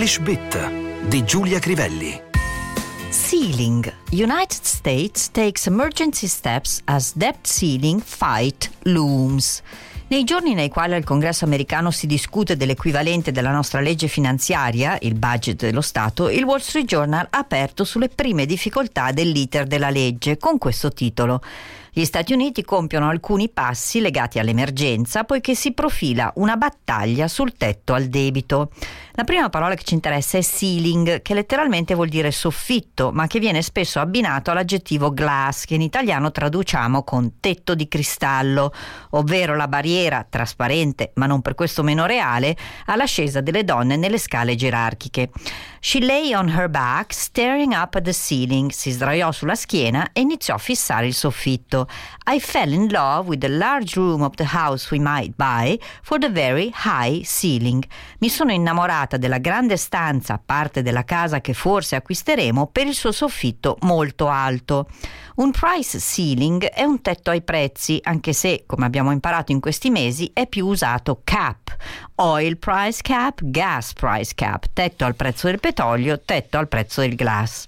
English Bit di Giulia Crivelli. Ceiling. United States takes emergency steps as debt ceiling fight looms. Nei giorni nei quali al Congresso americano si discute dell'equivalente della nostra legge finanziaria, il budget dello Stato, il Wall Street Journal ha aperto sulle prime difficoltà dell'iter della legge con questo titolo: gli Stati Uniti compiono alcuni passi legati all'emergenza poiché si profila una battaglia sul tetto al debito. La prima parola che ci interessa è ceiling, che letteralmente vuol dire soffitto, ma che viene spesso abbinato all'aggettivo glass, che in italiano traduciamo con tetto di cristallo, ovvero la barriera trasparente, ma non per questo meno reale, all'ascesa delle donne nelle scale gerarchiche. She lay on her back, staring up at the ceiling. Si sdraiò sulla schiena e iniziò a fissare il soffitto. I fell in love with the large room of the house we might buy for the very high ceiling. Mi sono innamorata della grande stanza, parte della casa che forse acquisteremo, per il suo soffitto molto alto. Un price ceiling è un tetto ai prezzi, anche se, come abbiamo imparato in questi mesi, è più usato cap. Oil price cap, gas price cap, tetto al prezzo del petrolio, tetto al prezzo del gas.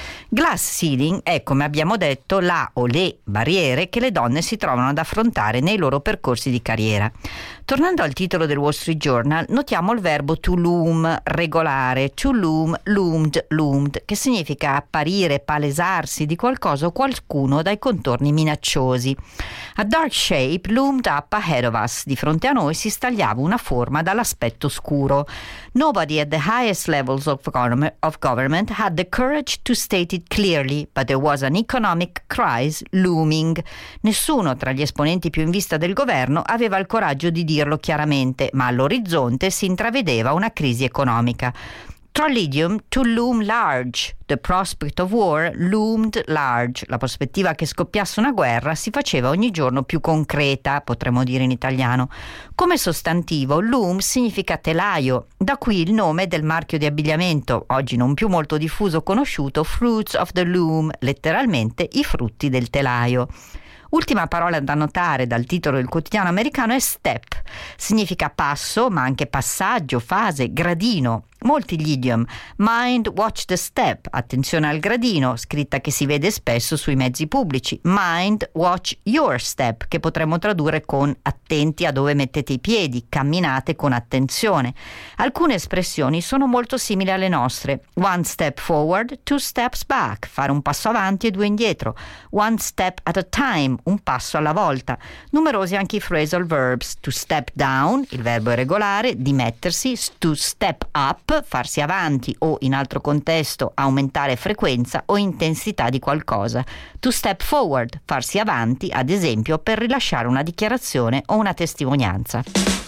Glass ceiling è, come abbiamo detto, la o le barriere che le donne si trovano ad affrontare nei loro percorsi di carriera. Tornando al titolo del Wall Street Journal, notiamo il verbo to loom, regolare, to loom, loomed, loomed, che significa apparire, palesarsi di qualcosa o qualcuno dai contorni minacciosi. A dark shape loomed up ahead of us. Di fronte a noi si stagliava una forma dall'aspetto scuro. Nobody at the highest levels of government had the courage to state it clearly, but there was an economic crisis looming. Nessuno tra gli esponenti più in vista del governo aveva il coraggio di dirlo chiaramente, ma all'orizzonte si intravedeva una crisi economica. Tra l'idiom to loom large, the prospect of war loomed large. La prospettiva che scoppiasse una guerra si faceva ogni giorno più concreta, potremmo dire in italiano. Come sostantivo, loom significa telaio, da qui il nome del marchio di abbigliamento, oggi non più molto diffuso o conosciuto, Fruits of the Loom, letteralmente i frutti del telaio. Ultima parola da notare dal titolo del quotidiano americano è step. Significa passo, ma anche passaggio, fase, gradino. Molti gli idiom. Mind, watch the step. Attenzione al gradino, scritta che si vede spesso sui mezzi pubblici. Mind, watch your step, che potremmo tradurre con attenti a dove mettete i piedi, camminate con attenzione. Alcune espressioni sono molto simili alle nostre. One step forward, two steps back. Fare un passo avanti e due indietro. One step at a time, un passo alla volta. Numerosi anche i phrasal verbs. To step down, il verbo è regolare, dimettersi. To step up, farsi avanti o, in altro contesto, aumentare frequenza o intensità di qualcosa. To step forward, farsi avanti, ad esempio, per rilasciare una dichiarazione o una testimonianza.